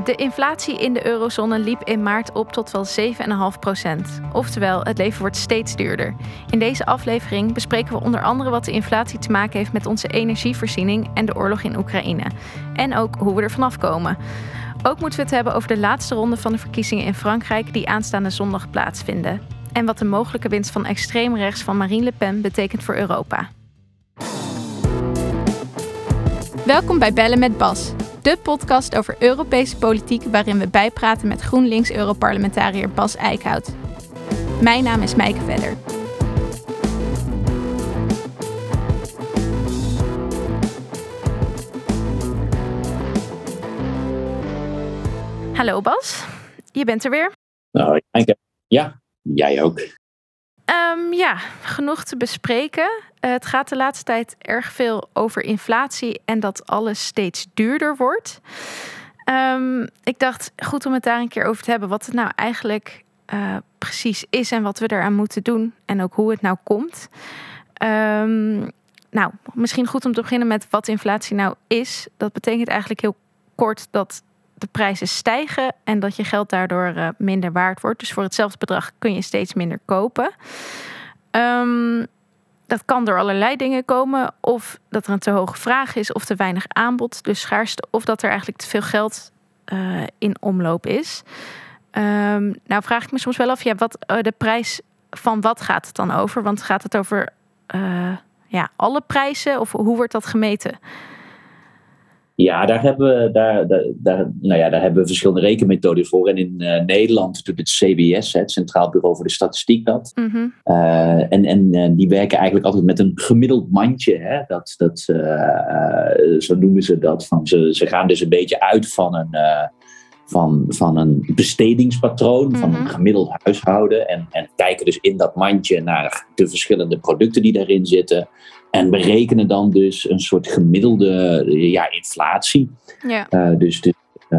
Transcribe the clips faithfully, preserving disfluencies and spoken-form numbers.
De inflatie in de eurozone liep in maart op tot wel zeven komma vijf procent. Oftewel, het leven wordt steeds duurder. In deze aflevering bespreken we onder andere wat de inflatie te maken heeft met onze energievoorziening en de oorlog in Oekraïne. En ook hoe we er vanaf komen. Ook moeten we het hebben over de laatste ronde van de verkiezingen in Frankrijk die aanstaande zondag plaatsvinden. En wat de mogelijke winst van extreem rechts van Marine Le Pen betekent voor Europa. Welkom bij Bellen met Bas, de podcast over Europese politiek waarin we bijpraten met GroenLinks-Europarlementariër Bas Eickhout. Mijn naam is Mijke Vedder. Hallo Bas, je bent er weer. Nou, Mijke. Ja, jij ook. Um, ja, genoeg te bespreken. Uh, het gaat de laatste tijd erg veel over inflatie en dat alles steeds duurder wordt. Um, ik dacht, goed om het daar een keer over te hebben, wat het nou eigenlijk uh, precies is en wat we eraan moeten doen en ook hoe het nou komt. Um, nou, misschien goed om te beginnen met wat inflatie nou is. Dat betekent eigenlijk heel kort dat de prijzen stijgen en dat je geld daardoor uh, minder waard wordt. Dus voor hetzelfde bedrag kun je steeds minder kopen. Um, dat kan door allerlei dingen komen. Of dat er een te hoge vraag is of te weinig aanbod, dus schaarste. Of dat er eigenlijk te veel geld uh, in omloop is. Um, nou vraag ik me soms wel af, ja, wat uh, de prijs van wat gaat het dan over? Want gaat het over uh, ja, alle prijzen of hoe wordt dat gemeten? Ja, daar hebben we, daar, daar, daar, nou ja, daar hebben we verschillende rekenmethoden voor. En in uh, Nederland doet het C B S, het Centraal Bureau voor de Statistiek, dat. Mm-hmm. Uh, en en uh, die werken eigenlijk altijd met een gemiddeld mandje. Hè? Dat, dat, uh, uh, zo noemen ze dat. Van ze, ze gaan dus een beetje uit van een, uh, van, van een bestedingspatroon, mm-hmm. van een gemiddeld huishouden. En, en kijken dus in dat mandje naar de verschillende producten die daarin zitten. En berekenen dan dus een soort gemiddelde ja, inflatie. Ja. Uh, dus de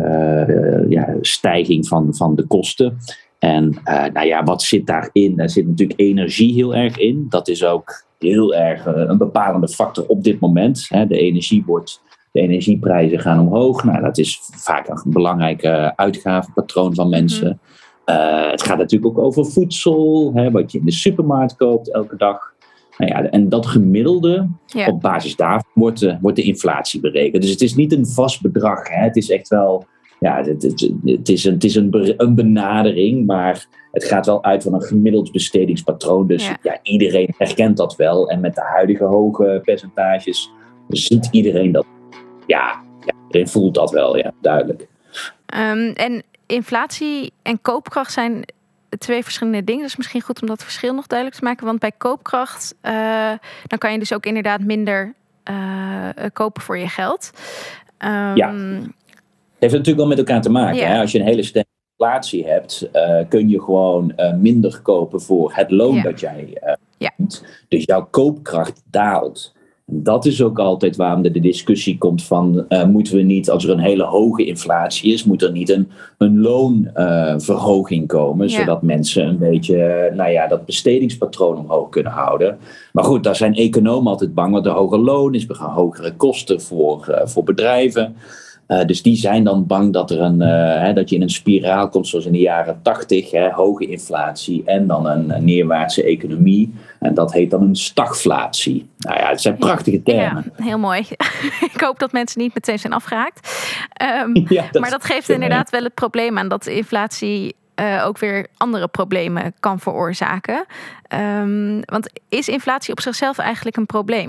uh, ja, stijging van, van de kosten. En uh, nou ja, wat zit daarin? Daar zit natuurlijk energie heel erg in. Dat is ook heel erg uh, een bepalende factor op dit moment. Hè. De energie wordt, de energieprijzen gaan omhoog. Nou, dat is vaak een belangrijk uh, uitgavenpatroon van mensen. Mm-hmm. Uh, het gaat natuurlijk ook over voedsel. Hè, wat je in de supermarkt koopt elke dag. Nou ja, en dat gemiddelde, ja. Op basis daarvan wordt de, wordt de inflatie berekend. Dus het is niet een vast bedrag. Hè. Het is echt wel, ja, het, het, het is, een, het is een, een benadering, maar het gaat wel uit van een gemiddeld bestedingspatroon. Dus ja. Ja, iedereen herkent dat wel. En met de huidige hoge percentages ziet iedereen dat. Ja, ja iedereen voelt dat wel, ja, duidelijk. Um, en inflatie en koopkracht zijn twee verschillende dingen. Dus misschien goed om dat verschil nog duidelijk te maken. Want bij koopkracht, uh, dan kan je dus ook inderdaad minder uh, kopen voor je geld. Um, ja, het heeft natuurlijk wel met elkaar te maken. Ja. Hè? Als je een hele sterke inflatie hebt, uh, kun je gewoon uh, minder kopen voor het loon ja. dat jij uh, ja. hebt. Dus jouw koopkracht daalt. En dat is ook altijd waarom er de discussie komt van uh, moeten we niet, als er een hele hoge inflatie is, moet er niet een, een loonverhoging uh, komen, ja. zodat mensen een beetje, nou ja, dat bestedingspatroon omhoog kunnen houden. Maar goed, daar zijn economen altijd bang, want de hoge loon is hogere kosten voor, uh, voor bedrijven. Uh, dus die zijn dan bang dat, er een, uh, hè, dat je in een spiraal komt zoals in de jaren tachtig, hè, hoge inflatie en dan een, een neerwaartse economie. En dat heet dan een stagflatie. Nou ja, het zijn prachtige termen. Ja, heel mooi. Ik hoop dat mensen niet meteen zijn afgehaakt. Um, ja, dat maar dat geeft inderdaad wel het probleem aan dat de inflatie uh, ook weer andere problemen kan veroorzaken. Um, want is inflatie op zichzelf eigenlijk een probleem?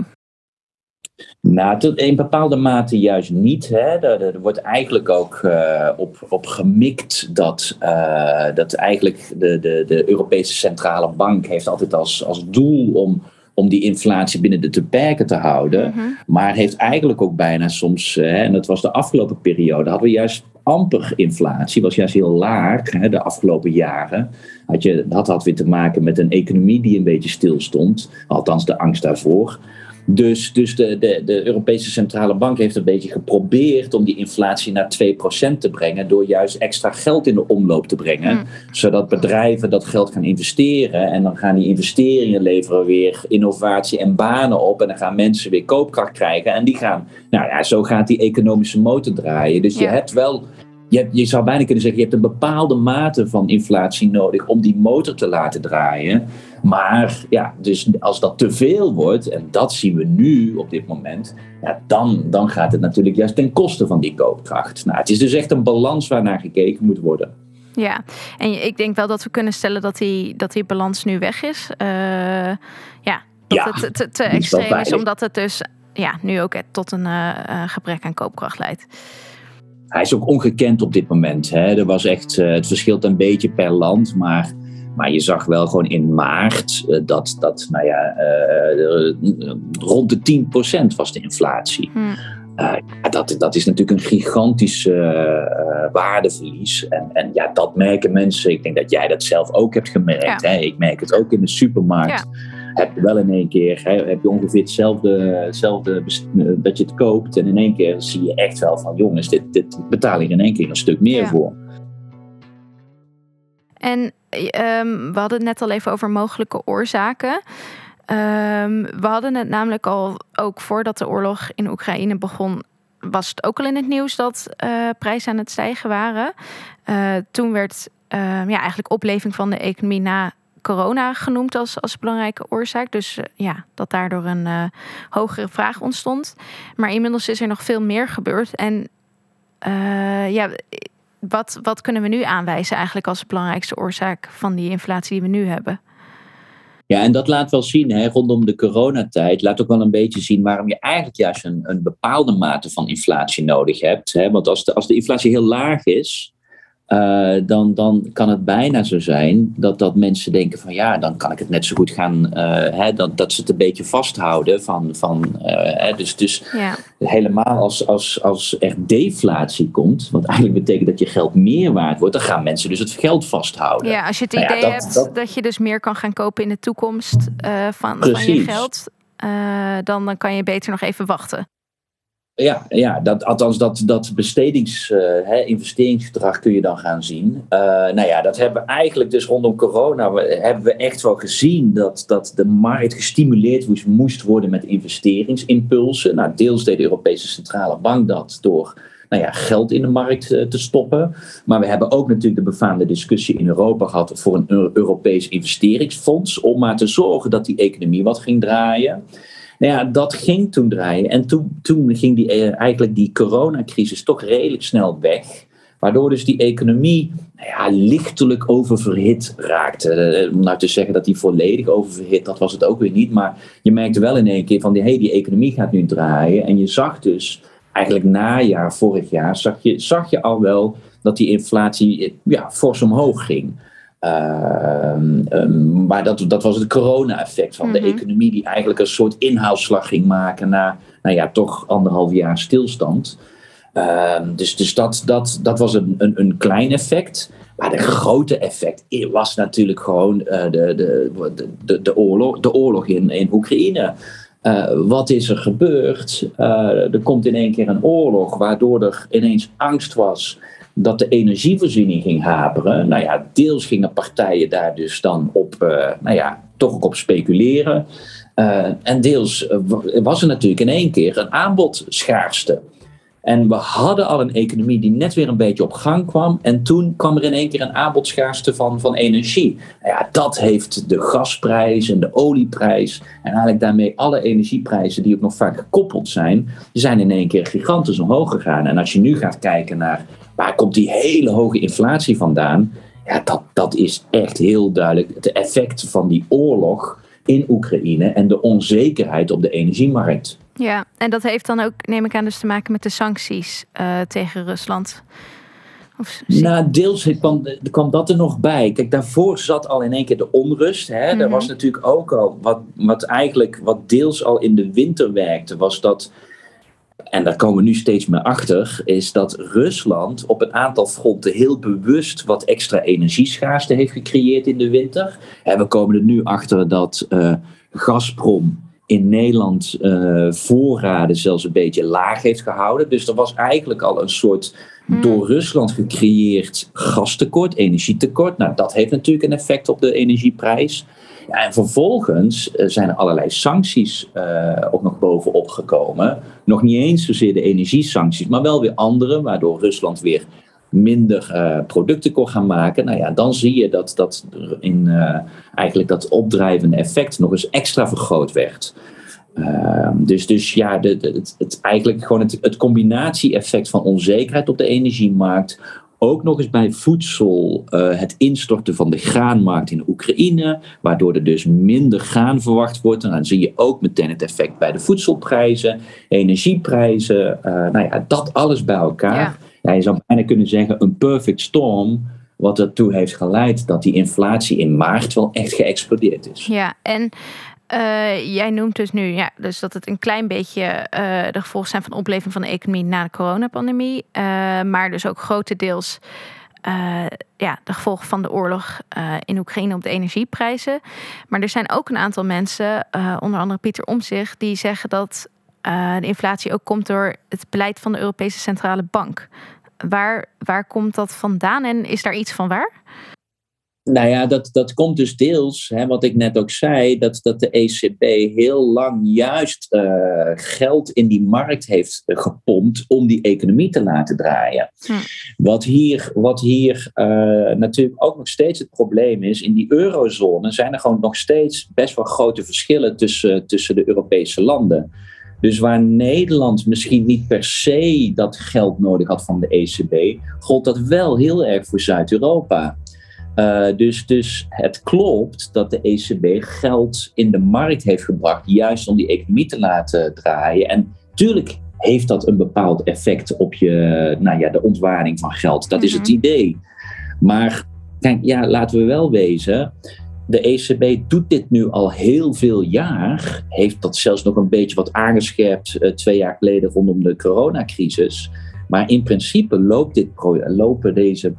Nou, tot in bepaalde mate juist niet. Hè. Er, er wordt eigenlijk ook uh, op, op gemikt dat, uh, dat eigenlijk de, de, de Europese Centrale Bank heeft altijd als, als doel om, om die inflatie binnen de perken te houden. Mm-hmm. Maar heeft eigenlijk ook bijna soms, hè, en dat was de afgelopen periode, hadden we juist amper inflatie, was juist heel laag hè, de afgelopen jaren. Had je, dat had weer te maken met een economie die een beetje stil stond, althans de angst daarvoor. Dus, dus de, de, de Europese Centrale Bank heeft een beetje geprobeerd om die inflatie naar twee procent te brengen door juist extra geld in de omloop te brengen. Mm. Zodat bedrijven dat geld gaan investeren en dan gaan die investeringen leveren weer innovatie en banen op en dan gaan mensen weer koopkracht krijgen en die gaan, nou ja, zo gaat die economische motor draaien. Dus ja. je hebt wel je, je zou bijna kunnen zeggen, je hebt een bepaalde mate van inflatie nodig om die motor te laten draaien. Maar ja, dus als dat te veel wordt, en dat zien we nu op dit moment, ja, dan, dan gaat het natuurlijk juist ten koste van die koopkracht. Nou, het is dus echt een balans waar naar gekeken moet worden. Ja, en ik denk wel dat we kunnen stellen dat die, dat die balans nu weg is. Uh, ja, dat ja, het te, te extreem is, omdat het dus ja, nu ook tot een uh, gebrek aan koopkracht leidt. Hij is ook ongekend op dit moment. Hè. Er was echt, uh, het verschilt een beetje per land, maar, maar je zag wel gewoon in maart uh, dat, dat nou ja, uh, uh, rond de tien procent was de inflatie. Hmm. Uh, dat, dat is natuurlijk een gigantisch uh, uh, waardeverlies. En, en ja, dat merken mensen. Ik denk dat jij dat zelf ook hebt gemerkt. Ja. Hè? Ik merk het ook in de supermarkt. Ja. Heb je wel in één keer, hè, heb je ongeveer hetzelfde, hetzelfde best, uh, dat je het koopt. En in één keer zie je echt wel van, jongens, dit, dit betaal ik in één keer een stuk meer ja. voor. En um, we hadden het net al even over mogelijke oorzaken. Um, we hadden het namelijk al, ook voordat de oorlog in Oekraïne begon, was het ook al in het nieuws dat uh, prijzen aan het stijgen waren. Uh, toen werd uh, ja, eigenlijk opleving van de economie na corona genoemd als, als belangrijke oorzaak. Dus uh, ja, dat daardoor een uh, hogere vraag ontstond. Maar inmiddels is er nog veel meer gebeurd. En uh, ja, wat, wat kunnen we nu aanwijzen eigenlijk als belangrijkste oorzaak van die inflatie die we nu hebben? Ja, en dat laat wel zien, hè, rondom de coronatijd, laat ook wel een beetje zien waarom je eigenlijk juist een, een bepaalde mate van inflatie nodig hebt. Hè. Want als de, als de inflatie heel laag is, uh, dan, dan kan het bijna zo zijn dat, dat mensen denken van ja, dan kan ik het net zo goed gaan, uh, hè, dat, dat ze het een beetje vasthouden. Van, van, uh, hè, dus dus ja. helemaal als, als, als er deflatie komt, wat eigenlijk betekent dat je geld meer waard wordt, dan gaan mensen dus het geld vasthouden. Ja, als je het nou idee ja, dat, hebt dat, dat je dus meer kan gaan kopen in de toekomst uh, van, van je geld, uh, dan, dan kan je beter nog even wachten. Ja, ja dat, althans dat, dat bestedings, uh, hè, investeringsgedrag kun je dan gaan zien. Uh, nou ja, dat hebben we eigenlijk dus rondom corona, we, hebben we echt wel gezien dat, dat de markt gestimuleerd moest, moest worden met investeringsimpulsen. Nou, deels deed de Europese Centrale Bank dat door nou ja, geld in de markt uh, te stoppen. Maar we hebben ook natuurlijk de befaamde discussie in Europa gehad voor een Europees investeringsfonds, om maar te zorgen dat die economie wat ging draaien. Nou ja, dat ging toen draaien. En toen, toen ging die, uh, eigenlijk die coronacrisis toch redelijk snel weg. Waardoor dus die economie nou ja, lichtelijk oververhit raakte. Uh, om nou te zeggen dat die volledig oververhit, dat was het ook weer niet. Maar je merkte wel in één keer van, hey, die economie gaat nu draaien. En je zag dus, eigenlijk najaar, vorig jaar, zag je, zag je al wel dat die inflatie ja, fors omhoog ging. Uh, um, maar dat, dat was het corona-effect van mm-hmm. de economie die eigenlijk een soort inhaalslag ging maken na nou ja, toch anderhalf jaar stilstand. Uh, dus dus dat, dat, dat was een, een, een klein effect. Maar de grote effect was natuurlijk gewoon uh, de, de, de, de, oorlog, de oorlog in, in Oekraïne. Uh, wat is er gebeurd? Uh, er komt in één keer een oorlog waardoor er ineens angst was dat de energievoorziening ging haperen. Nou ja, deels gingen partijen daar dus dan op, uh, nou ja, toch ook op speculeren. Uh, en deels uh, was er natuurlijk in één keer een aanbodschaarste. En we hadden al een economie die net weer een beetje op gang kwam. En toen kwam er in één keer een aanbodschaarste van, van energie. Nou ja, dat heeft de gasprijs en de olieprijs en eigenlijk daarmee alle energieprijzen die ook nog vaak gekoppeld zijn, die zijn in één keer gigantisch omhoog gegaan. En als je nu gaat kijken naar waar komt die hele hoge inflatie vandaan, ja, dat, dat is echt heel duidelijk het effect van die oorlog in Oekraïne en de onzekerheid op de energiemarkt. Ja, en dat heeft dan ook, neem ik aan, dus te maken met de sancties uh, tegen Rusland. Of... Nou, deels kwam, kwam dat er nog bij. Kijk, daarvoor zat al in één keer de onrust. Hè. Mm-hmm. Er was natuurlijk ook al, wat, wat eigenlijk, wat deels al in de winter werkte, was dat, en daar komen we nu steeds meer achter, is dat Rusland op een aantal fronten heel bewust wat extra energieschaarste heeft gecreëerd in de winter. En we komen er nu achter dat uh, Gazprom in Nederland uh, voorraden zelfs een beetje laag heeft gehouden. Dus er was eigenlijk al een soort hmm. door Rusland gecreëerd gastekort, energietekort. Nou, dat heeft natuurlijk een effect op de energieprijs. Ja, en vervolgens uh, zijn er allerlei sancties uh, ook nog bovenop gekomen. Nog niet eens zozeer de energiesancties, maar wel weer andere, waardoor Rusland weer minder uh, producten kon gaan maken. Nou ja, dan zie je dat, dat in, uh, eigenlijk dat opdrijvende effect nog eens extra vergroot werd. Uh, dus, dus ja, de, de, het, het, eigenlijk gewoon het, het combinatie-effect van onzekerheid op de energiemarkt. Ook nog eens bij voedsel, uh, het instorten van de graanmarkt in Oekraïne, waardoor er dus minder graan verwacht wordt. En dan zie je ook meteen het effect bij de voedselprijzen, energieprijzen. Uh, nou ja, dat alles bij elkaar. Ja. Ja, je zou bijna kunnen zeggen een perfect storm, wat ertoe heeft geleid dat die inflatie in maart wel echt geëxplodeerd is. Ja, en Uh, jij noemt dus nu ja, dus dat het een klein beetje uh, de gevolgen zijn van de opleving van de economie na de coronapandemie. Uh, maar dus ook grotendeels uh, ja, de gevolgen van de oorlog uh, in Oekraïne op de energieprijzen. Maar er zijn ook een aantal mensen, uh, onder andere Pieter Omtzigt, die zeggen dat uh, de inflatie ook komt door het beleid van de Europese Centrale Bank. Waar, waar komt dat vandaan en is daar iets van waar? Nou ja, dat, dat komt dus deels, hè, wat ik net ook zei, dat, dat de E C B heel lang juist uh, geld in die markt heeft gepompt om die economie te laten draaien. Hm. Wat hier, wat hier uh, natuurlijk ook nog steeds het probleem is, in die eurozone zijn er gewoon nog steeds best wel grote verschillen tussen, tussen de Europese landen. Dus waar Nederland misschien niet per se dat geld nodig had van de E C B, gold dat wel heel erg voor Zuid-Europa. Uh, dus, dus het klopt dat de E C B geld in de markt heeft gebracht, juist om die economie te laten draaien. En natuurlijk heeft dat een bepaald effect op je, nou ja, de ontwaarding van geld. Dat mm-hmm. is het idee. Maar kijk, ja, laten we wel wezen, de E C B doet dit nu al heel veel jaar. Heeft dat zelfs nog een beetje wat aangescherpt uh, twee jaar geleden rondom de coronacrisis. Maar in principe loopt dit pro- lopen deze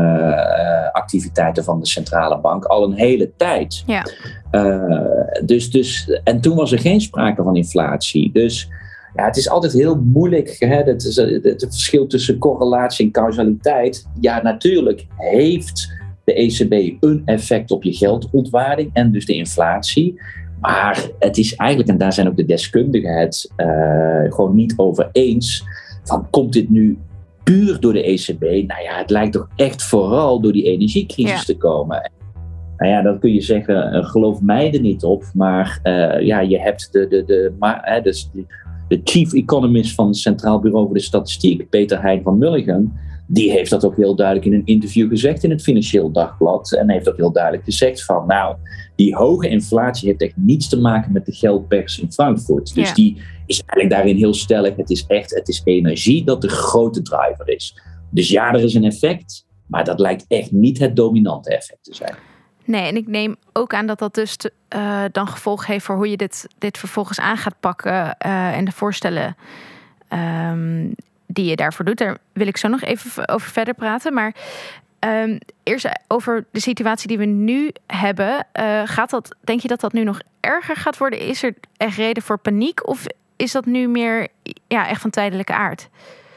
uh, activiteiten van de centrale bank al een hele tijd. Ja. Uh, dus, dus, en toen was er geen sprake van inflatie. Dus ja, het is altijd heel moeilijk. Hè? Het, is, het, het verschil tussen correlatie en causaliteit. Ja, natuurlijk heeft de E C B een effect op je geldontwaarding en dus de inflatie. Maar het is eigenlijk, en daar zijn ook de deskundigen het uh, gewoon niet over eens. Van, komt dit nu puur door de E C B? Nou ja, het lijkt toch echt vooral door die energiecrisis ja. te komen. Nou ja, dan kun je zeggen, uh, geloof mij er niet op. Maar uh, ja, je hebt de, de, de, maar, hè, dus de, de chief economist van het Centraal Bureau voor de Statistiek, Peter Hein van Mulligen, die heeft dat ook heel duidelijk in een interview gezegd in het Financieel Dagblad. En heeft ook heel duidelijk gezegd van, nou, die hoge inflatie heeft echt niets te maken met de geldpers in Frankfurt. Dus ja. die is eigenlijk daarin heel stellig. Het is echt, het is energie dat de grote driver is. Dus ja, er is een effect, maar dat lijkt echt niet het dominante effect te zijn. Nee, en ik neem ook aan dat dat dus te, uh, dan gevolg heeft voor hoe je dit, dit vervolgens aan gaat pakken uh, en de voorstellen um, die je daarvoor doet. Daar wil ik zo nog even over verder praten. Maar um, eerst over de situatie die we nu hebben. Uh, gaat dat, denk je dat dat nu nog erger gaat worden? Is er echt reden voor paniek? Of is dat nu meer ja, echt van tijdelijke aard?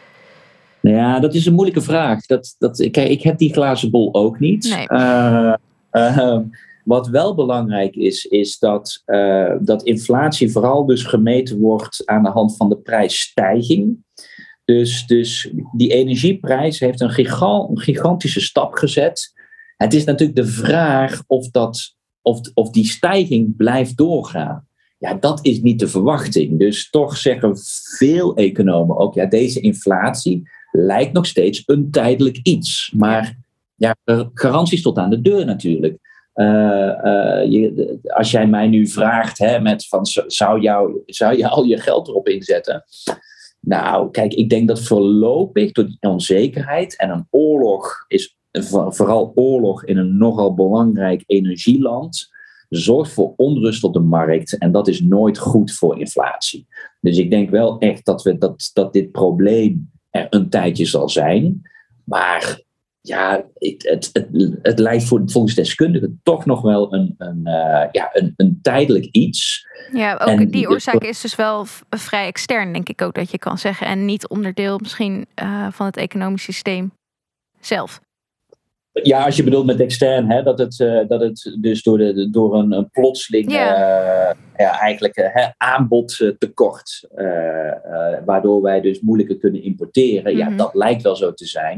Ja, dat is een moeilijke vraag. Dat, dat, kijk, ik heb die glazen bol ook niet. Nee. Uh, uh, wat wel belangrijk is, is dat, uh, dat inflatie vooral dus gemeten wordt aan de hand van de prijsstijging. Dus, dus die energieprijs heeft een, gigant, een gigantische stap gezet. Het is natuurlijk de vraag of, dat, of, of die stijging blijft doorgaan. Ja, dat is niet de verwachting. Dus toch zeggen veel economen ook, ja, deze inflatie lijkt nog steeds een tijdelijk iets. Maar ja, garanties tot aan de deur natuurlijk. Uh, uh, je, als jij mij nu vraagt, hè, met van, zou, jou, zou je al je geld erop inzetten? Nou, kijk, ik denk dat voorlopig door die onzekerheid en een oorlog is, vooral oorlog in een nogal belangrijk energieland, zorgt voor onrust op de markt en dat is nooit goed voor inflatie. Dus ik denk wel echt dat, we, dat, dat dit probleem er een tijdje zal zijn, maar ja, het, het, het, het lijkt voor, volgens deskundigen toch nog wel een, een, uh, ja, een, een tijdelijk iets. Ja, ook en die oorzaak is dus wel v- vrij extern, denk ik ook dat je kan zeggen. En niet onderdeel misschien uh, van het economisch systeem zelf. Ja, als je bedoelt met extern, hè, dat, het, uh, dat het dus door, de, door een, een plotseling yeah. uh, ja, eigenlijk uh, aanbodtekort, uh, uh, waardoor wij dus moeilijker kunnen importeren. Mm-hmm. Ja, dat lijkt wel zo te zijn.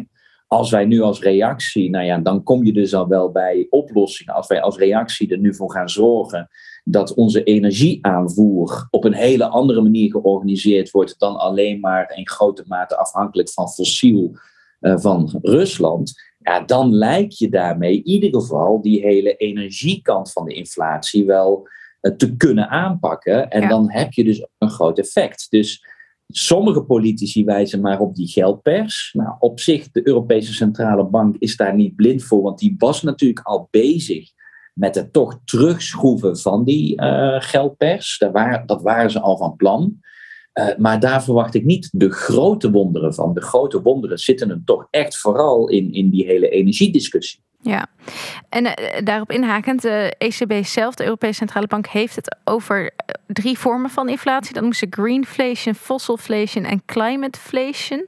als wij nu als reactie, nou ja, dan kom je dus al wel bij oplossingen. Als wij als reactie er nu voor gaan zorgen dat onze energieaanvoer op een hele andere manier georganiseerd wordt dan alleen maar in grote mate afhankelijk van fossiel uh, van Rusland. Ja, dan lijkt je daarmee in ieder geval die hele energiekant van de inflatie wel uh, te kunnen aanpakken. En ja. dan heb je dus een groot effect. Dus sommige politici wijzen maar op die geldpers. Nou, op zich, de Europese Centrale Bank is daar niet blind voor, want die was natuurlijk al bezig met het toch terugschroeven van die uh, geldpers. Dat, waar, dat waren ze al van plan. Uh, maar daar verwacht ik niet de grote wonderen van. De grote wonderen zitten er toch echt vooral in, in die hele energiediscussie. Ja, en uh, daarop inhakend, de E C B zelf, de Europese Centrale Bank, heeft het over drie vormen van inflatie. Dat noemen ze greenflation, fossilflation en climateflation.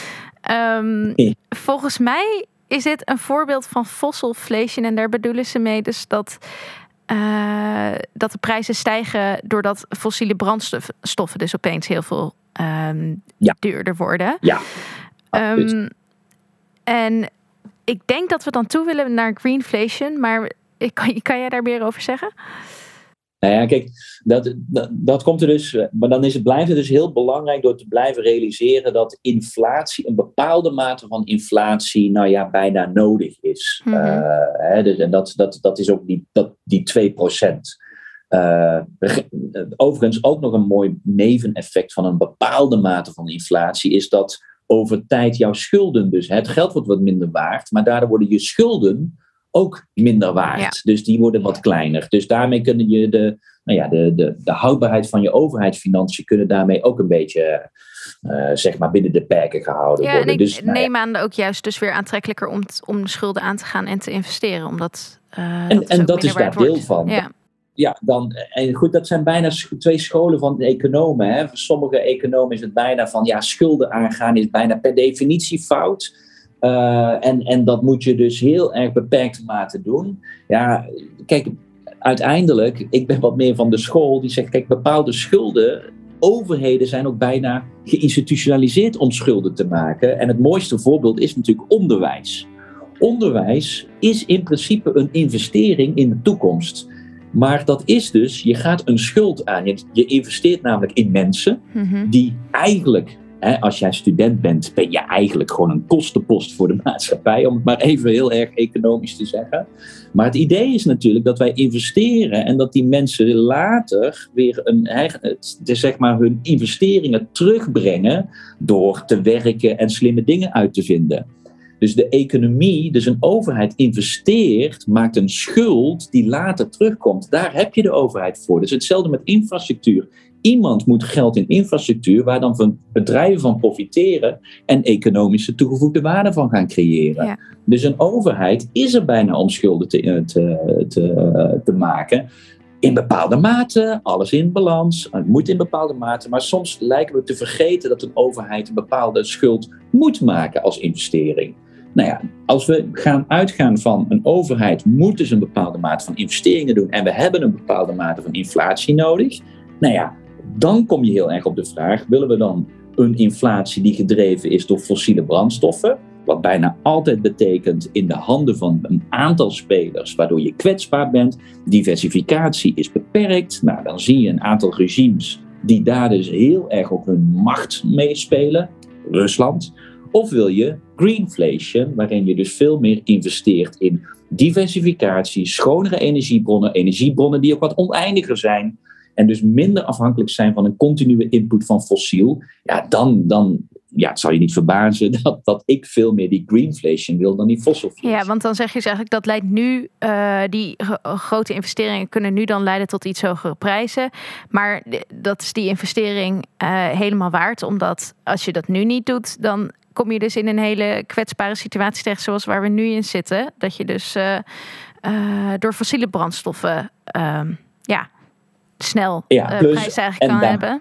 Um, ja. Volgens mij is dit een voorbeeld van fossilflation en daar bedoelen ze mee dus dat, uh, dat de prijzen stijgen doordat fossiele brandstoffen dus opeens heel veel um, ja. duurder worden. Ja. Um, en ik denk dat we dan toe willen naar greenflation, maar kan, kan jij daar meer over zeggen? Nou ja, kijk, dat, dat, dat komt er dus, maar dan is het, blijft het dus heel belangrijk door te blijven realiseren dat inflatie, een bepaalde mate van inflatie, nou ja, bijna nodig is. Mm-hmm. Uh, hè, dus, en dat, dat, dat is ook die, dat, die twee procent. Uh, overigens ook nog een mooi neveneffect van een bepaalde mate van inflatie is dat over tijd jouw schulden, dus het geld wordt wat minder waard, maar daardoor worden je schulden ook minder waard. Ja. Dus die worden wat kleiner. Dus daarmee kunnen je de, nou ja, de, de, de houdbaarheid van je overheidsfinanciën kunnen daarmee ook een beetje uh, zeg maar binnen de perken gehouden ja, worden. En ik dus, neem nou ja. aan ook juist dus weer aantrekkelijker om, t, om de schulden aan te gaan en te investeren. Omdat uh, en, dat, en dat is daar deel wordt. van. Ja. Ja, dan, en goed, dat zijn bijna twee scholen van de economen. Hè. Voor sommige economen is het bijna van, ja, schulden aangaan is bijna per definitie fout. Uh, en, en dat moet je dus heel erg beperkte mate doen. Ja, kijk, uiteindelijk, ik ben wat meer van de school die zegt, kijk, bepaalde schulden, overheden zijn ook bijna geïnstitutionaliseerd om schulden te maken. En het mooiste voorbeeld is natuurlijk onderwijs. Onderwijs is in principe een investering in de toekomst. Maar dat is dus, je gaat een schuld aan. Je, je investeert namelijk in mensen mm-hmm. die eigenlijk, hè, als jij student bent, ben je eigenlijk gewoon een kostenpost voor de maatschappij. Om het maar even heel erg economisch te zeggen. Maar het idee is natuurlijk dat wij investeren en dat die mensen later weer een, zeg maar, hun investeringen terugbrengen door te werken en slimme dingen uit te vinden. Dus de economie, dus een overheid investeert, maakt een schuld die later terugkomt. Daar heb je de overheid voor. Dus hetzelfde met infrastructuur. Iemand moet geld in infrastructuur waar dan van bedrijven van profiteren en economische toegevoegde waarde van gaan creëren. Ja. Dus een overheid is er bijna om schulden te, te, te, te maken. In bepaalde mate, alles in balans, het moet in bepaalde mate. Maar soms lijken we te vergeten dat een overheid een bepaalde schuld moet maken als investering. Nou ja, als we gaan uitgaan van een overheid moet dus een bepaalde mate van investeringen doen en we hebben een bepaalde mate van inflatie nodig, nou ja, dan kom je heel erg op de vraag, willen we dan een inflatie die gedreven is door fossiele brandstoffen, wat bijna altijd betekent in de handen van een aantal spelers, waardoor je kwetsbaar bent, diversificatie is beperkt, nou dan zie je een aantal regimes die daar dus heel erg op hun macht meespelen, Rusland. Of wil je greenflation, waarin je dus veel meer investeert in diversificatie, schonere energiebronnen, energiebronnen die ook wat oneindiger zijn en dus minder afhankelijk zijn van een continue input van fossiel. Ja, dan, dan ja, het zal je niet verbazen dat, dat ik veel meer die greenflation wil dan die fossilflation. Ja, want dan zeg je dus eigenlijk dat leidt nu, uh, die g- grote investeringen kunnen nu dan leiden tot iets hogere prijzen. Maar dat is die investering uh, helemaal waard, omdat als je dat nu niet doet, dan kom je dus in een hele kwetsbare situatie terecht zoals waar we nu in zitten. Dat je dus uh, uh, door fossiele brandstoffen uh, ja, snel ja, uh, prijzen eigenlijk kan daar, hebben.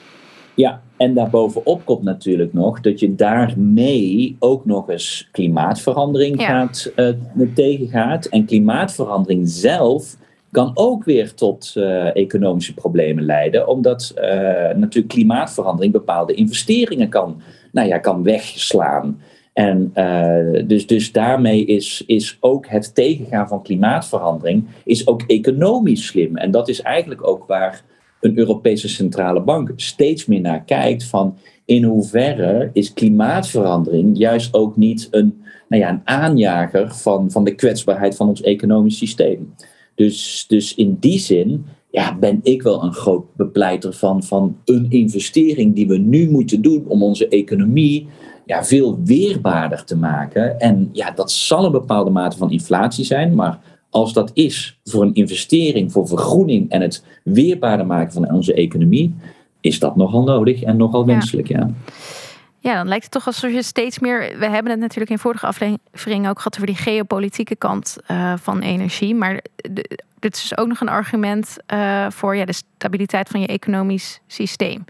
Ja, en daarbovenop komt natuurlijk nog dat je daarmee ook nog eens klimaatverandering ja. gaat, uh, tegengaat. En klimaatverandering zelf kan ook weer tot uh, economische problemen leiden. Omdat uh, natuurlijk klimaatverandering bepaalde investeringen kan, nou ja, kan wegslaan. En uh, dus, dus daarmee is, is ook het tegengaan van klimaatverandering is ook economisch slim. En dat is eigenlijk ook waar een Europese centrale bank steeds meer naar kijkt van in hoeverre is klimaatverandering juist ook niet een, nou ja, een aanjager van, van de kwetsbaarheid van ons economisch systeem. Dus, dus in die zin ja, ben ik wel een groot bepleiter van, van een investering die we nu moeten doen om onze economie ja, veel weerbaarder te maken. En ja, dat zal een bepaalde mate van inflatie zijn, maar als dat is voor een investering, voor vergroening en het weerbaarder maken van onze economie, is dat nogal nodig en nogal wenselijk, ja. Ja, dan lijkt het toch alsof je steeds meer... We hebben het natuurlijk in vorige aflevering ook gehad over die geopolitieke kant uh, van energie. Maar de, dit is dus ook nog een argument uh, voor ja, de stabiliteit van je economisch systeem.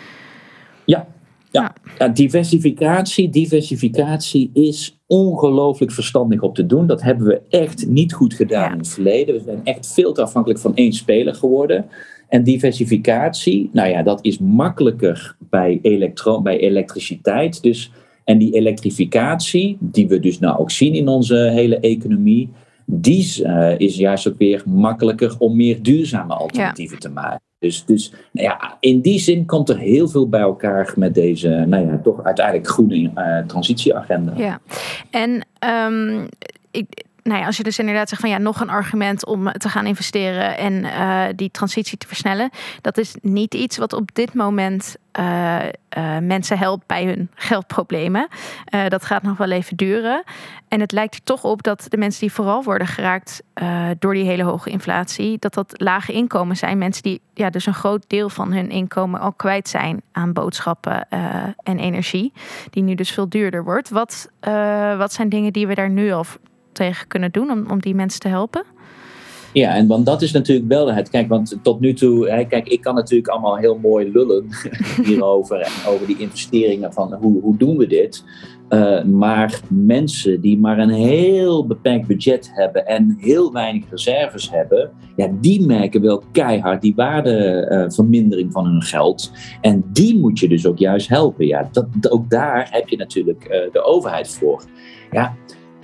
Ja, ja. ja diversificatie, diversificatie is ongelooflijk verstandig om te doen. Dat hebben we echt niet goed gedaan ja. in het verleden. We zijn echt veel te afhankelijk van één speler geworden. En diversificatie, nou ja, dat is makkelijker bij, elektro- bij elektriciteit. Dus, en die elektrificatie, die we dus nou ook zien in onze hele economie, die uh, is juist ook weer makkelijker om meer duurzame alternatieven ja. te maken. Dus, dus nou ja, in die zin komt er heel veel bij elkaar met deze, nou ja, toch uiteindelijk groene uh, transitieagenda. Ja, en um, ik... Nou ja, als je dus inderdaad zegt van ja, nog een argument om te gaan investeren en uh, die transitie te versnellen. Dat is niet iets wat op dit moment uh, uh, mensen helpt bij hun geldproblemen. Uh, dat gaat nog wel even duren. En het lijkt er toch op dat de mensen die vooral worden geraakt uh, door die hele hoge inflatie, dat dat lage inkomen zijn. Mensen die ja, dus een groot deel van hun inkomen al kwijt zijn aan boodschappen uh, en energie. Die nu dus veel duurder wordt. Wat, uh, wat zijn dingen die we daar nu al tegen kunnen doen om, om die mensen te helpen? Ja, en want dat is natuurlijk wel het. Kijk, want tot nu toe, hè, kijk, ik kan natuurlijk allemaal heel mooi lullen hierover en over die investeringen van hoe, hoe doen we dit. Uh, maar mensen die maar een heel beperkt budget hebben en heel weinig reserves hebben, ja, die merken wel keihard die waardevermindering uh, van hun geld. En die moet je dus ook juist helpen. Ja, dat, ook daar heb je natuurlijk uh, de overheid voor. Ja.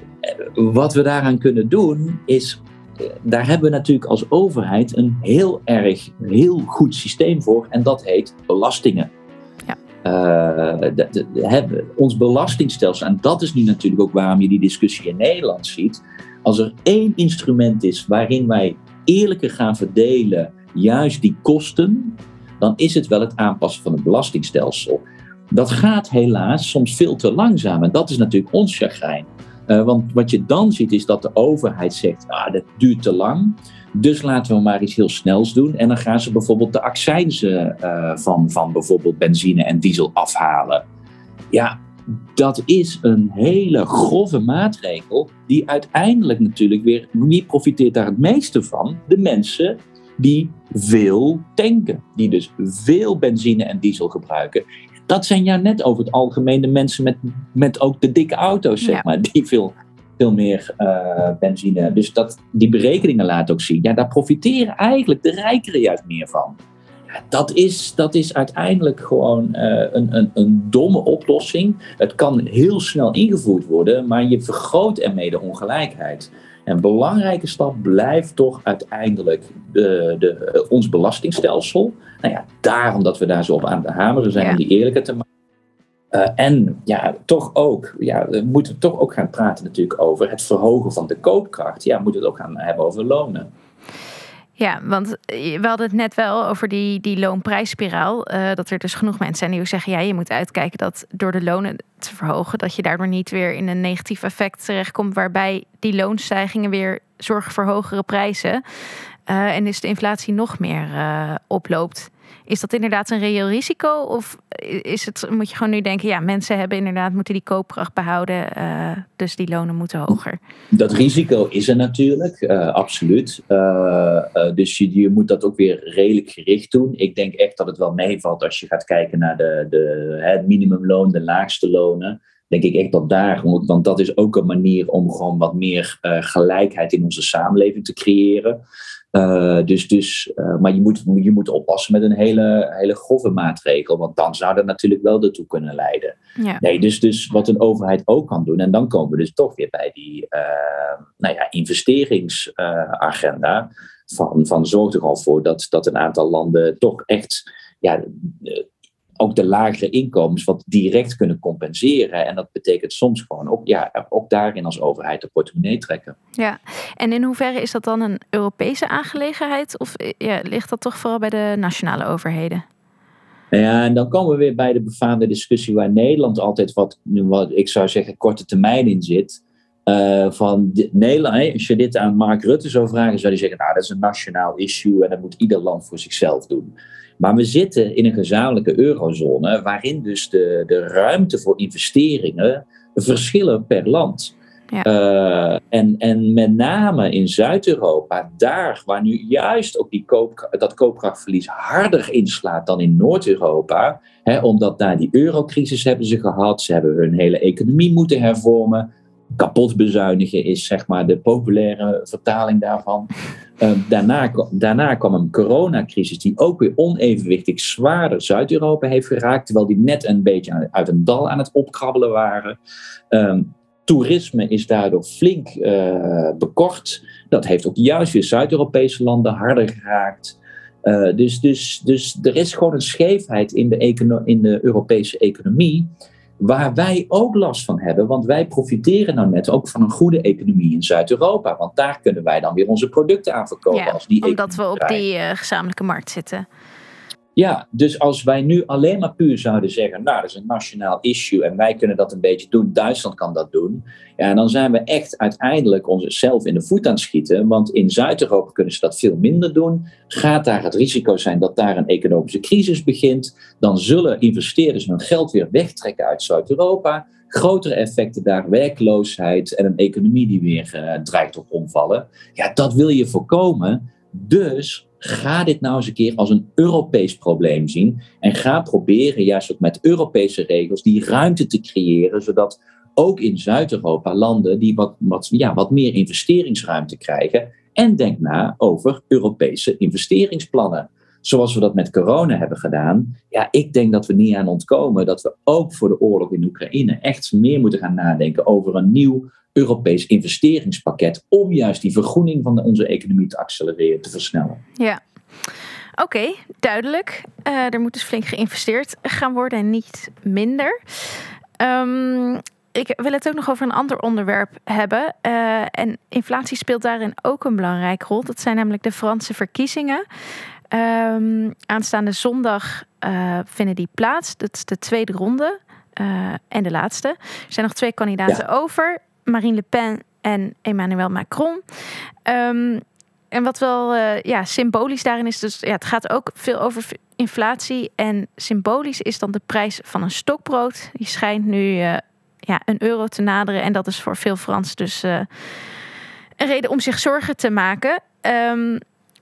Wat we daaraan kunnen doen is, daar hebben we natuurlijk als overheid een heel erg, heel goed systeem voor en dat heet belastingen. Ja. Uh, de, de, de, hebben ons belastingstelsel, en dat is nu natuurlijk ook waarom je die discussie in Nederland ziet, als er één instrument is waarin wij eerlijker gaan verdelen juist die kosten, dan is het wel het aanpassen van het belastingstelsel. Dat gaat helaas soms veel te langzaam en dat is natuurlijk ons chagrijn. Uh, want wat je dan ziet is dat de overheid zegt, ah, dat duurt te lang, dus laten we maar iets heel snels doen. En dan gaan ze bijvoorbeeld de accijnzen uh, van, van bijvoorbeeld benzine en diesel afhalen. Ja, dat is een hele grove maatregel die uiteindelijk natuurlijk weer, wie profiteert daar het meeste van? De mensen die veel tanken, die dus veel benzine en diesel gebruiken. Dat zijn ja net over het algemeen de mensen met, met ook de dikke auto's, zeg ja. maar, die veel, veel meer uh, benzine. Dus dat, die berekeningen laten ook zien. Ja, daar profiteren eigenlijk de rijkeren juist meer van. Ja, dat, is, dat is uiteindelijk gewoon uh, een, een, een domme oplossing. Het kan heel snel ingevoerd worden, maar je vergroot ermee de ongelijkheid. Een belangrijke stap blijft toch uiteindelijk de, de, ons belastingstelsel. Nou ja, daarom dat we daar zo op aan het hameren zijn, ja. om die eerlijker te maken. Uh, en ja, toch ook, ja, we moeten toch ook gaan praten natuurlijk over het verhogen van de koopkracht. Ja, we moeten het ook gaan hebben over lonen. Ja, want we hadden het net wel over die, die loonprijsspiraal. Uh, dat er dus genoeg mensen zijn die ook zeggen, ja, je moet uitkijken dat door de lonen te verhogen, dat je daardoor niet weer in een negatief effect terechtkomt, waarbij die loonstijgingen weer zorgen voor hogere prijzen. Uh, en dus de inflatie nog meer uh, oploopt. Is dat inderdaad een reëel risico? Of is het, moet je gewoon nu denken, ja, mensen hebben inderdaad, moeten die koopkracht behouden, uh, dus die lonen moeten hoger? Dat risico is er natuurlijk, uh, absoluut. Uh, uh, dus je, je moet dat ook weer redelijk gericht doen. Ik denk echt dat het wel meevalt als je gaat kijken naar de, de, het minimumloon, de laagste lonen. Denk ik echt dat daar, want dat is ook een manier om gewoon wat meer uh, gelijkheid in onze samenleving te creëren. Uh, dus, dus, uh, maar je moet, je moet oppassen met een hele, hele grove maatregel, want dan zou dat natuurlijk wel ertoe kunnen leiden. Ja. Nee, dus, dus wat een overheid ook kan doen, en dan komen we dus toch weer bij die uh, nou ja, investeringsagenda. Uh, van, van zorg er al voor dat, dat een aantal landen toch echt ja, uh, ook de lagere inkomens wat direct kunnen compenseren. En dat betekent soms gewoon ook, ja, ook daarin als overheid de portemonnee trekken. Ja, en in hoeverre is dat dan een Europese aangelegenheid? Of ja, ligt dat toch vooral bij de nationale overheden? Ja, en dan komen we weer bij de befaamde discussie waar Nederland altijd wat, wat ik zou zeggen, korte termijn in zit. Uh, van de, Nederland, als je dit aan Mark Rutte zou vragen, zou hij zeggen, nou, dat is een nationaal issue en dat moet ieder land voor zichzelf doen. Maar we zitten in een gezamenlijke eurozone waarin dus de, de ruimte voor investeringen verschillen per land. Ja. Uh, en, en met name in Zuid-Europa, daar waar nu juist ook die koop, dat koopkrachtverlies harder inslaat dan in Noord-Europa, hè, omdat daar die eurocrisis hebben ze gehad, ze hebben hun hele economie moeten hervormen. Kapot bezuinigen is zeg maar de populaire vertaling daarvan. Uh, daarna, daarna kwam een coronacrisis die ook weer onevenwichtig zwaarder Zuid-Europa heeft geraakt, terwijl die net een beetje uit een dal aan het opkrabbelen waren. Um, toerisme is daardoor flink uh, bekort. Dat heeft ook juist weer Zuid-Europese landen harder geraakt. Uh, dus, dus, dus er is gewoon een scheefheid in de, econo- in de Europese economie, waar wij ook last van hebben, want wij profiteren nou net ook van een goede economie in Zuid-Europa, want daar kunnen wij dan weer onze producten aan verkopen. Ja, als die omdat we op die uh, gezamenlijke markt zitten. Ja, dus als wij nu alleen maar puur zouden zeggen, nou, dat is een nationaal issue en wij kunnen dat een beetje doen, Duitsland kan dat doen, ja, dan zijn we echt uiteindelijk onszelf in de voet aan het schieten, want in Zuid-Europa kunnen ze dat veel minder doen. Gaat daar het risico zijn dat daar een economische crisis begint, dan zullen investeerders hun geld weer wegtrekken uit Zuid-Europa. Grotere effecten daar, werkloosheid en een economie die weer uh, dreigt op omvallen. Ja, dat wil je voorkomen. Dus ga dit nou eens een keer als een Europees probleem zien. En ga proberen juist ook met Europese regels die ruimte te creëren, zodat ook in Zuid-Europa landen die wat, wat, ja, wat meer investeringsruimte krijgen. En denk na over Europese investeringsplannen. Zoals we dat met corona hebben gedaan. Ja, ik denk dat we niet aan ontkomen dat we ook voor de oorlog in Oekraïne echt meer moeten gaan nadenken over een nieuw Europees investeringspakket om juist die vergroening van de, onze economie te accelereren, te versnellen. Ja, oké, okay, duidelijk. Uh, er moet dus flink geïnvesteerd gaan worden en niet minder. Um, ik wil het ook nog over een ander onderwerp hebben. Uh, en inflatie speelt daarin ook een belangrijke rol. Dat zijn namelijk de Franse verkiezingen. Um, aanstaande zondag uh, vinden die plaats. Dat is de tweede ronde uh, en de laatste. Er zijn nog twee kandidaten ja. over. Marine Le Pen en Emmanuel Macron. Um, en wat wel uh, ja, symbolisch daarin is, dus ja, het gaat ook veel over inflatie. En symbolisch is dan de prijs van een stokbrood. Die schijnt nu uh, ja, een euro te naderen. En dat is voor veel Fransen dus uh, een reden om zich zorgen te maken. Um,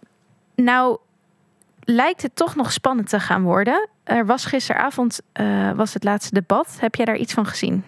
nou lijkt het toch nog spannend te gaan worden. Er was gisteravond uh, was het laatste debat. Heb jij daar iets van gezien?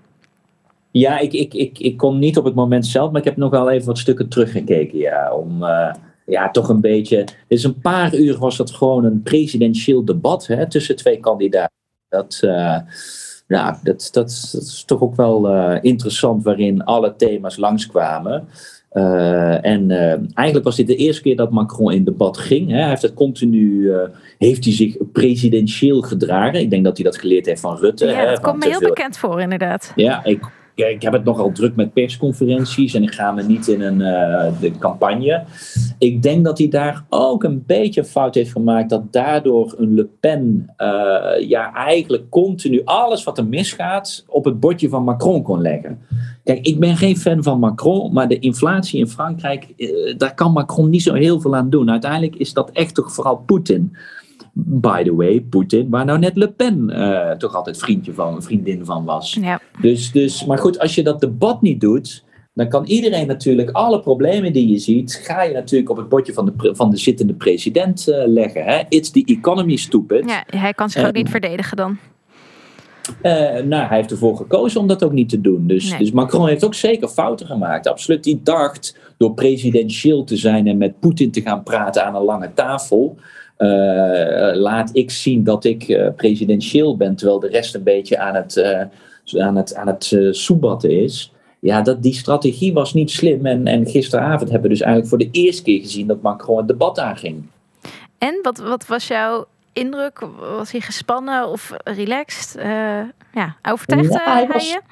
Ja, ik, ik, ik, ik kon niet op het moment zelf, maar ik heb nog wel even wat stukken teruggekeken. Ja, om uh, ja, toch een beetje. Dus een paar uur was dat gewoon een presidentieel debat hè, tussen twee kandidaten. Dat, uh, ja, dat, dat, dat is toch ook wel uh, interessant, waarin alle thema's langskwamen. Uh, en uh, eigenlijk was dit de eerste keer dat Macron in debat ging. Hè. Hij heeft het continu, uh, heeft hij zich presidentieel gedragen. Ik denk dat hij dat geleerd heeft van Rutte. Ja, hè, dat komt me heel veel... bekend voor, inderdaad. Ja, ik, ja, ik heb het nogal druk met persconferenties en ik ga me niet in een uh, de campagne. Ik denk dat hij daar ook een beetje een fout heeft gemaakt, dat daardoor een Le Pen uh, ja, eigenlijk continu alles wat er misgaat op het bordje van Macron kon leggen. Kijk, ik ben geen fan van Macron, maar de inflatie in Frankrijk, uh, daar kan Macron niet zo heel veel aan doen. Uiteindelijk is dat echt toch vooral Poetin. By the way, Poetin, waar nou net Le Pen uh, toch altijd vriendje van, vriendin van was. Ja. Dus, dus, maar goed, als je dat debat niet doet, dan kan iedereen natuurlijk alle problemen die je ziet, ga je natuurlijk op het bordje van de, van de zittende president uh, leggen. Hè? It's the economy, stupid. Ja, hij kan zich uh, ook niet verdedigen dan. Uh, nou, hij heeft ervoor gekozen om dat ook niet te doen. Dus, nee. dus Macron heeft ook zeker fouten gemaakt. Absoluut. Die dacht door presidentieel te zijn en met Poetin te gaan praten aan een lange tafel. Uh, laat ik zien dat ik uh, presidentieel ben, terwijl de rest een beetje aan het, uh, aan het, aan het uh, soebatten is. Ja, dat, die strategie was niet slim. En, en gisteravond hebben we dus eigenlijk voor de eerste keer gezien dat Macron het debat aanging. En wat, wat was jouw indruk? Was hij gespannen of relaxed? Uh, ja, overtuigd ja, hij, hij was... je?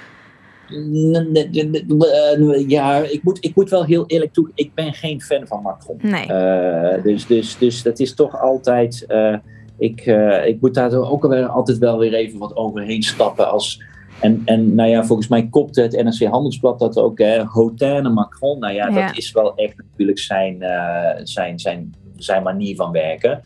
Ja, ik moet, ik moet wel heel eerlijk toe. Ik ben geen fan van Macron. Nee. Uh, dus, dus, dus dat is toch altijd. Uh, ik, uh, ik moet daar ook alweer, altijd wel weer even wat overheen stappen. Als, en, en nou ja, volgens mij kopte het N R C Handelsblad dat ook. Hè, Hautaine Macron. Nou ja, ja, dat is wel echt natuurlijk zijn, uh, zijn, zijn, zijn manier van werken.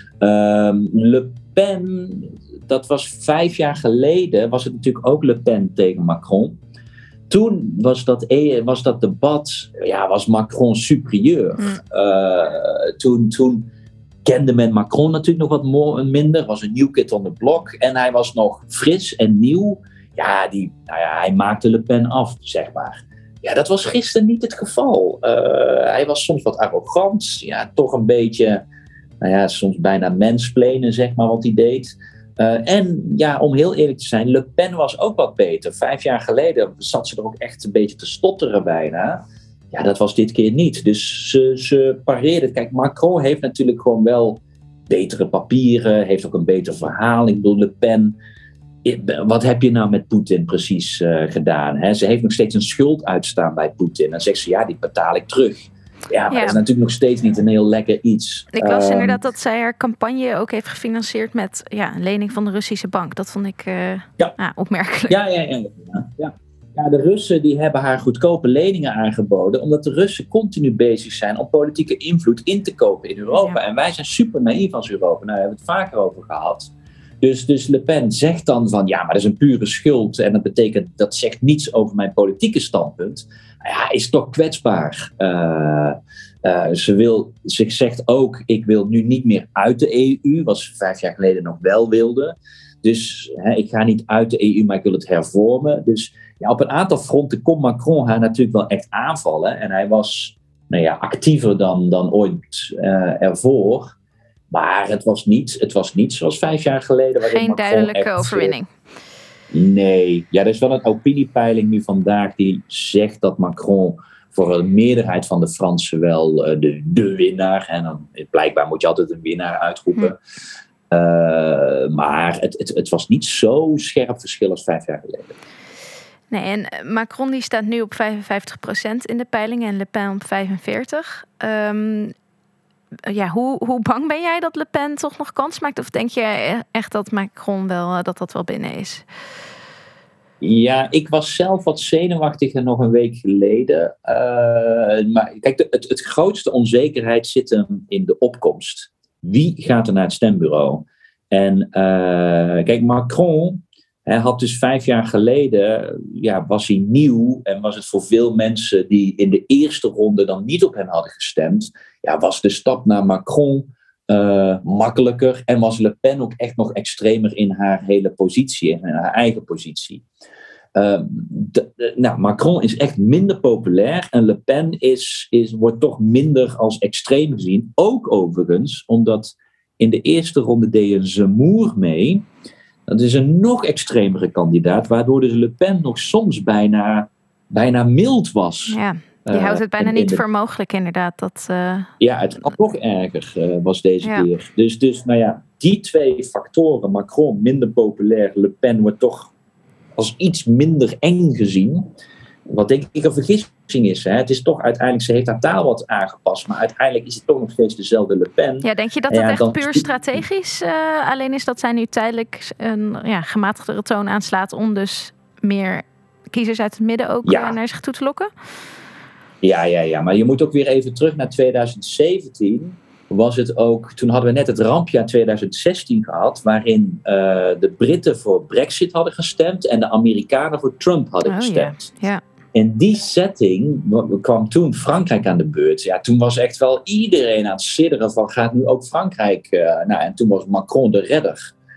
Um, Le Pen, dat was vijf jaar geleden, was het natuurlijk ook Le Pen tegen Macron. Toen was dat, was dat debat, ja, was Macron superieur. Mm. Uh, toen, toen kende men Macron natuurlijk nog wat minder, was een new kid on the block. En hij was nog fris en nieuw. Ja, die, nou ja, hij maakte Le Pen af, zeg maar. Ja, dat was gisteren niet het geval. Uh, hij was soms wat arrogant, ja, toch een beetje... Nou ja, soms bijna mansplainen, zeg maar, wat hij deed. Uh, en ja, om heel eerlijk te zijn, Le Pen was ook wat beter. Vijf jaar geleden zat ze er ook echt een beetje te stotteren bijna. Ja, dat was dit keer niet. Dus ze, ze pareerde. Kijk, Macron heeft natuurlijk gewoon wel betere papieren, heeft ook een beter verhaal. Ik bedoel, Le Pen, wat heb je nou met Poetin precies uh, gedaan? Hè? Ze heeft nog steeds een schuld uitstaan bij Poetin. En dan zegt ze, ja, die betaal ik terug. Ja, maar ja. dat is natuurlijk nog steeds niet een heel lekker iets. Ik las um, inderdaad dat zij haar campagne ook heeft gefinancierd met ja, een lening van de Russische bank. Dat vond ik uh, ja. ah, opmerkelijk. Ja, ja, ja, ja, ja. ja, de Russen die hebben haar goedkope leningen aangeboden, omdat de Russen continu bezig zijn om politieke invloed in te kopen in Europa. Ja. En wij zijn super naïef als Europa. Nou, daar hebben we het vaker over gehad. Dus, dus Le Pen zegt dan van, ja, maar dat is een pure schuld. En dat betekent, dat zegt niets over mijn politieke standpunt. Ja, is toch kwetsbaar. Uh, uh, ze, wil, ze zegt ook, ik wil nu niet meer uit de E U, wat ze vijf jaar geleden nog wel wilde. Dus hè, ik ga niet uit de E U, maar ik wil het hervormen. Dus ja, op een aantal fronten kon Macron haar natuurlijk wel echt aanvallen. En hij was nou ja, actiever dan, dan ooit uh, ervoor. Maar het was niet, het was niet zoals vijf jaar geleden. Geen Macron duidelijke echt, overwinning. Nee. Ja, er is wel een opiniepeiling nu vandaag die zegt dat Macron voor een meerderheid van de Fransen wel uh, de, de winnaar. En dan, blijkbaar moet je altijd een winnaar uitroepen. Hm. Uh, maar het, het, het was niet zo scherp verschil als vijf jaar geleden. Nee, en Macron die staat nu op vijfenvijftig procent in de peilingen en Le Pen op vijfenveertig procent. Um, Ja, hoe, hoe bang ben jij dat Le Pen toch nog kans maakt? Of denk je echt dat Macron wel, dat dat wel binnen is? Ja, ik was zelf wat zenuwachtiger nog een week geleden. Uh, maar kijk, de, het, het grootste onzekerheid zit hem in de opkomst. Wie gaat er naar het stembureau? En uh, kijk, Macron... Hij had dus vijf jaar geleden, ja, was hij nieuw en was het voor veel mensen die in de eerste ronde dan niet op hem hadden gestemd, ja, was de stap naar Macron uh, makkelijker en was Le Pen ook echt nog extremer in haar hele positie, in haar eigen positie. Uh, de, de, nou, Macron is echt minder populair en Le Pen is, is, wordt toch minder als extreem gezien. Ook overigens, omdat in de eerste ronde deed een Zemmour mee. Dat is een nog extremere kandidaat, waardoor dus Le Pen nog soms bijna, bijna mild was. Ja, die uh, houdt het bijna niet de... voor mogelijk inderdaad. Dat, uh... Ja, het had nog erger uh, was deze ja. keer. Dus, dus nou ja, die twee factoren, Macron minder populair, Le Pen wordt toch als iets minder eng gezien. Wat denk ik een vergissing is. Hè? Het is toch uiteindelijk, ze heeft haar taal wat aangepast, maar uiteindelijk is het toch nog steeds dezelfde Le Pen. Ja, denk je dat dat ja, echt dan... puur strategisch uh, alleen is dat zij nu tijdelijk een ja, gematigdere toon aanslaat om dus meer kiezers uit het midden ook ja. uh, naar zich toe te lokken? Ja, ja, ja, maar je moet ook weer even terug naar twintig zeventien. Was het ook, toen hadden we net het rampjaar twintig zestien gehad, waarin uh, de Britten voor Brexit hadden gestemd en de Amerikanen voor Trump hadden oh, gestemd. Ja. Ja. In die setting kwam toen Frankrijk aan de beurt. Ja, toen was echt wel iedereen aan het sidderen van gaat nu ook Frankrijk. Uh, nou, en toen was Macron de redder.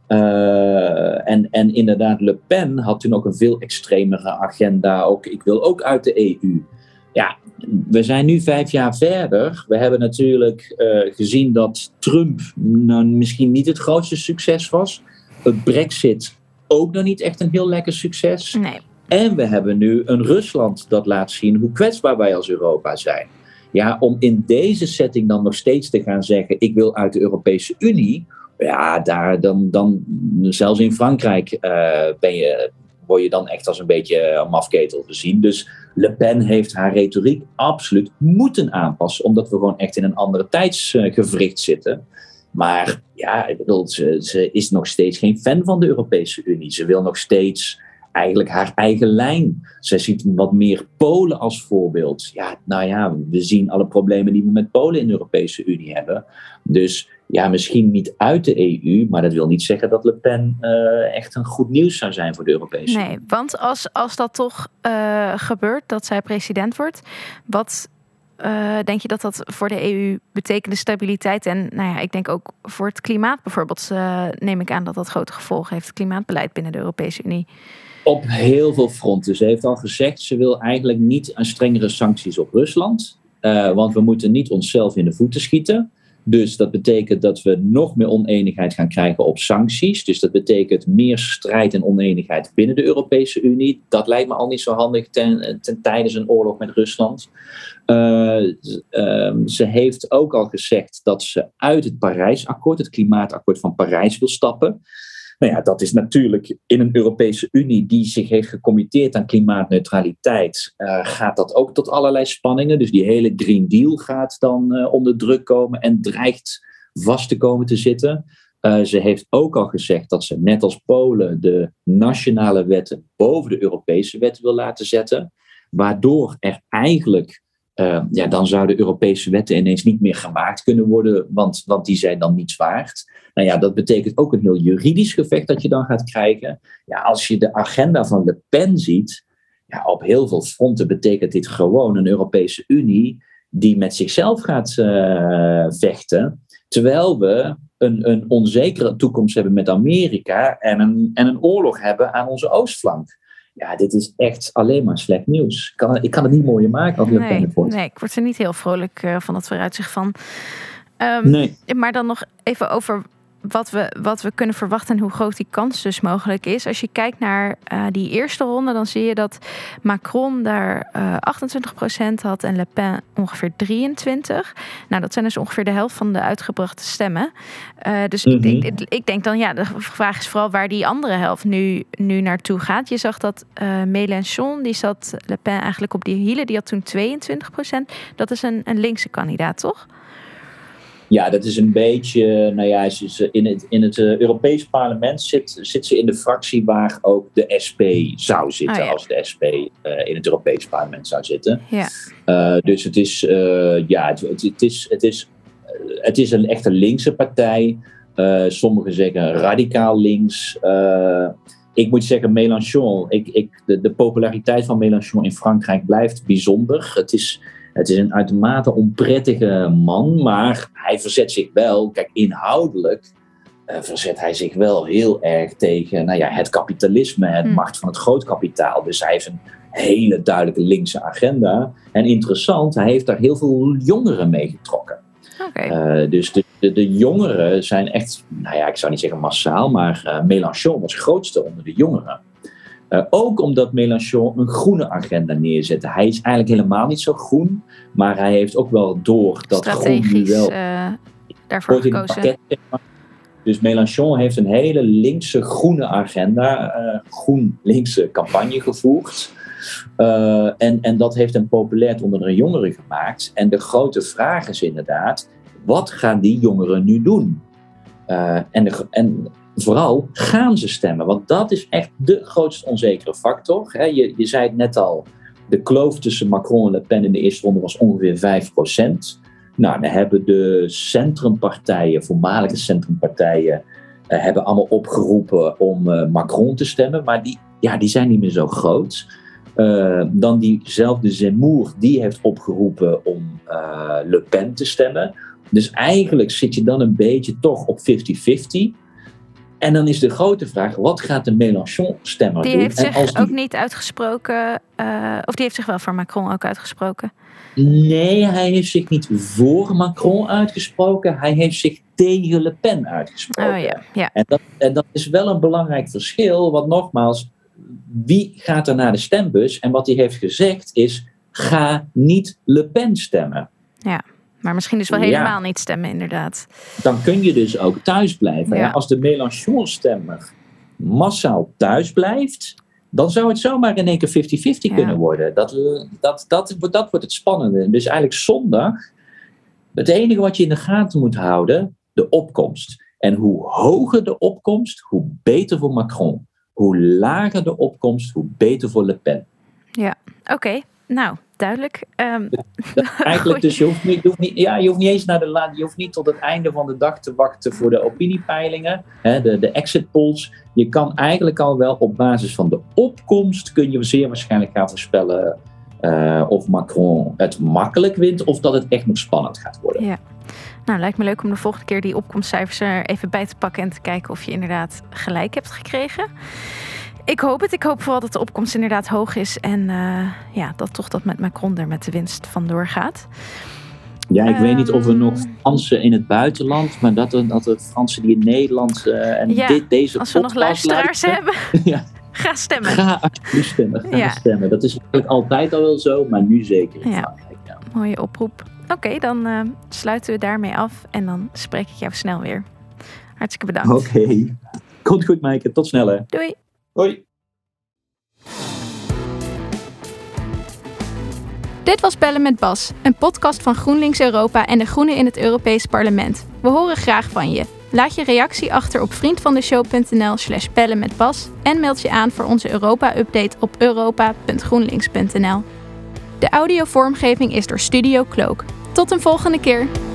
Uh, en, en inderdaad, Le Pen had toen ook een veel extremere agenda. Ook, ik wil ook uit de E U. Ja, we zijn nu vijf jaar verder. We hebben natuurlijk uh, gezien dat Trump nou, misschien niet het grootste succes was. Het Brexit ook nog niet echt een heel lekker succes. Nee. En we hebben nu een Rusland dat laat zien hoe kwetsbaar wij als Europa zijn. Ja, om in deze setting dan nog steeds te gaan zeggen, ik wil uit de Europese Unie. Ja, daar dan, dan zelfs in Frankrijk uh, ben je, word je dan echt als een beetje een mafketel gezien. Dus Le Pen heeft haar retoriek absoluut moeten aanpassen, omdat we gewoon echt in een andere tijdsgewricht zitten. Maar ja, ik bedoel, ze, ze is nog steeds geen fan van de Europese Unie. Ze wil nog steeds eigenlijk haar eigen lijn. Zij ziet wat meer Polen als voorbeeld. Ja, nou ja, we zien alle problemen die we met Polen in de Europese Unie hebben. Dus ja, misschien niet uit de E U, maar dat wil niet zeggen dat Le Pen uh, echt een goed nieuws zou zijn voor de Europese Unie. Nee, want als, als dat toch uh, gebeurt, dat zij president wordt, wat uh, denk je dat dat voor de E U betekent, de stabiliteit en nou ja, ik denk ook voor het klimaat bijvoorbeeld, uh, neem ik aan dat dat grote gevolgen heeft, het klimaatbeleid binnen de Europese Unie? Op heel veel fronten. Ze heeft al gezegd, ze wil eigenlijk niet aan strengere sancties op Rusland. Uh, want we moeten niet onszelf in de voeten schieten. Dus dat betekent dat we nog meer oneenigheid gaan krijgen op sancties. Dus dat betekent meer strijd en oneenigheid binnen de Europese Unie. Dat lijkt me al niet zo handig ten, ten tijdens een oorlog met Rusland. Uh, uh, ze heeft ook al gezegd dat ze uit het Parijsakkoord, het klimaatakkoord van Parijs, wil stappen. Nou ja, dat is natuurlijk in een Europese Unie die zich heeft gecommitteerd aan klimaatneutraliteit, uh, gaat dat ook tot allerlei spanningen. Dus die hele Green Deal gaat dan uh, onder druk komen en dreigt vast te komen te zitten. Uh, ze heeft ook al gezegd dat ze net als Polen de nationale wetten boven de Europese wetten wil laten zetten. Waardoor er eigenlijk, uh, ja, dan zouden Europese wetten ineens niet meer gemaakt kunnen worden, want, want die zijn dan niets waard. Nou ja, dat betekent ook een heel juridisch gevecht dat je dan gaat krijgen. Ja, als je de agenda van Le Pen ziet, ja, op heel veel fronten betekent dit gewoon een Europese Unie die met zichzelf gaat uh, vechten, terwijl we een, een onzekere toekomst hebben met Amerika en een, en een oorlog hebben aan onze oostflank. Ja, dit is echt alleen maar slecht nieuws. Ik kan, ik kan het niet mooier maken als Le Pen het wordt. Nee, ik word er niet heel vrolijk uh, van het vooruitzicht van. Um, nee. Maar dan nog even over wat we, wat we kunnen verwachten en hoe groot die kans dus mogelijk is. Als je kijkt naar uh, die eerste ronde, dan zie je dat Macron daar uh, achtentwintig procent had en Le Pen ongeveer drieëntwintig. Nou, dat zijn dus ongeveer de helft van de uitgebrachte stemmen. Uh, dus mm-hmm. ik, ik, ik denk dan, ja, de vraag is vooral waar die andere helft nu, nu naartoe gaat. Je zag dat uh, Mélenchon, die zat Le Pen eigenlijk op die hielen, die had toen tweeëntwintig procent. Dat is een, een linkse kandidaat, toch? Ja, dat is een beetje, nou ja, in het, in het uh, Europees parlement zit, zit ze in de fractie waar ook de S P zou zitten, oh, ja. als de S P uh, in het Europees parlement zou zitten. Ja. Uh, dus het is, uh, ja, het, het, het is, het is, uh, het is een echte linkse partij. Uh, sommigen zeggen radicaal links. Uh, ik moet zeggen, Mélenchon, ik, ik, de, de populariteit van Mélenchon in Frankrijk blijft bijzonder. Het is... Het is een uitermate onprettige man, maar hij verzet zich wel, kijk, inhoudelijk uh, verzet hij zich wel heel erg tegen nou ja, het kapitalisme, het hmm. macht van het grootkapitaal. Dus hij heeft een hele duidelijke linkse agenda. En interessant, hij heeft daar heel veel jongeren mee getrokken. Okay. Uh, dus de, de, de jongeren zijn echt, nou ja, ik zou niet zeggen massaal, maar uh, Mélenchon was grootste onder de jongeren. Uh, ook omdat Mélenchon een groene agenda neerzette. Hij is eigenlijk helemaal niet zo groen, maar hij heeft ook wel door dat groen nu wel uh, daarvoor gekozen. Pakket, zeg maar. Dus Mélenchon heeft een hele linkse groene agenda, uh, groen-linkse campagne gevoerd. Uh, en, en dat heeft hem populair onder de jongeren gemaakt. En de grote vraag is inderdaad, wat gaan die jongeren nu doen? Uh, en, de, en vooral, gaan ze stemmen? Want dat is echt de grootst onzekere factor. Hè? Je, je zei het net al, de kloof tussen Macron en Le Pen in de eerste ronde was ongeveer vijf procent. Nou, dan hebben de centrumpartijen, voormalige centrumpartijen, uh, hebben allemaal opgeroepen om uh, Macron te stemmen. Maar die, ja, die zijn niet meer zo groot. Uh, dan diezelfde Zemmour, die heeft opgeroepen om uh, Le Pen te stemmen. Dus eigenlijk zit je dan een beetje toch op vijftig vijftig. En dan is de grote vraag, wat gaat de Mélenchon-stemmer doen? Die heeft zich en als die... ook niet uitgesproken, uh, of die heeft zich wel voor Macron ook uitgesproken? Nee, hij heeft zich niet voor Macron uitgesproken. Hij heeft zich tegen Le Pen uitgesproken. Oh, ja. Ja. En, dat, en dat is wel een belangrijk verschil. Want nogmaals, wie gaat er naar de stembus? En wat hij heeft gezegd is, ga niet Le Pen stemmen. Ja, maar misschien dus wel helemaal ja. niet stemmen inderdaad. Dan kun je dus ook thuis blijven. Ja. Ja, als de Mélenchon-stemmer massaal thuis blijft, dan zou het zomaar in één keer vijftig vijftig ja. kunnen worden. Dat, dat, dat, dat wordt het spannende. Dus eigenlijk zondag, het enige wat je in de gaten moet houden, de opkomst. En hoe hoger de opkomst, hoe beter voor Macron. Hoe lager de opkomst, hoe beter voor Le Pen. Ja, oké. Okay. Nou, duidelijk. Um, Eigenlijk, dus je hoeft, niet, je, hoeft niet, ja, je hoeft niet eens naar de la- je hoeft niet tot het einde van de dag te wachten voor de opiniepeilingen, hè, de, de exit polls. Je kan eigenlijk al wel op basis van de opkomst kun je zeer waarschijnlijk gaan voorspellen uh, of Macron het makkelijk wint of dat het echt nog spannend gaat worden. Ja. Nou, lijkt me leuk om de volgende keer die opkomstcijfers er even bij te pakken en te kijken of je inderdaad gelijk hebt gekregen. Ik hoop het. Ik hoop vooral dat de opkomst inderdaad hoog is. En uh, ja, dat toch dat met Macron er met de winst vandoor gaat. Ja, ik um, weet niet of er nog Fransen in het buitenland, maar dat er, dat er Fransen die in Nederland uh, en ja, dit, deze als we nog luisteraars hebben, ja. ga stemmen. Ga alsjeblieft stemmen. Ga ja. stemmen. Dat is eigenlijk altijd al wel zo, maar nu zeker in ja. Frankrijk. Ja. Mooie oproep. Oké, okay, dan uh, sluiten we daarmee af en dan spreek ik jou snel weer. Hartstikke bedankt. Oké. Okay. Komt goed, Maaike. Tot snel, hè. Doei. Hoi. Dit was Bellen met Bas, een podcast van GroenLinks Europa en de Groenen in het Europees Parlement. We horen graag van je. Laat je reactie achter op vriendvandeshow.nl slash bellen met Bas en meld je aan voor onze Europa-update op europa punt groenlinks punt n l. De audiovormgeving is door Studio Cloak. Tot een volgende keer!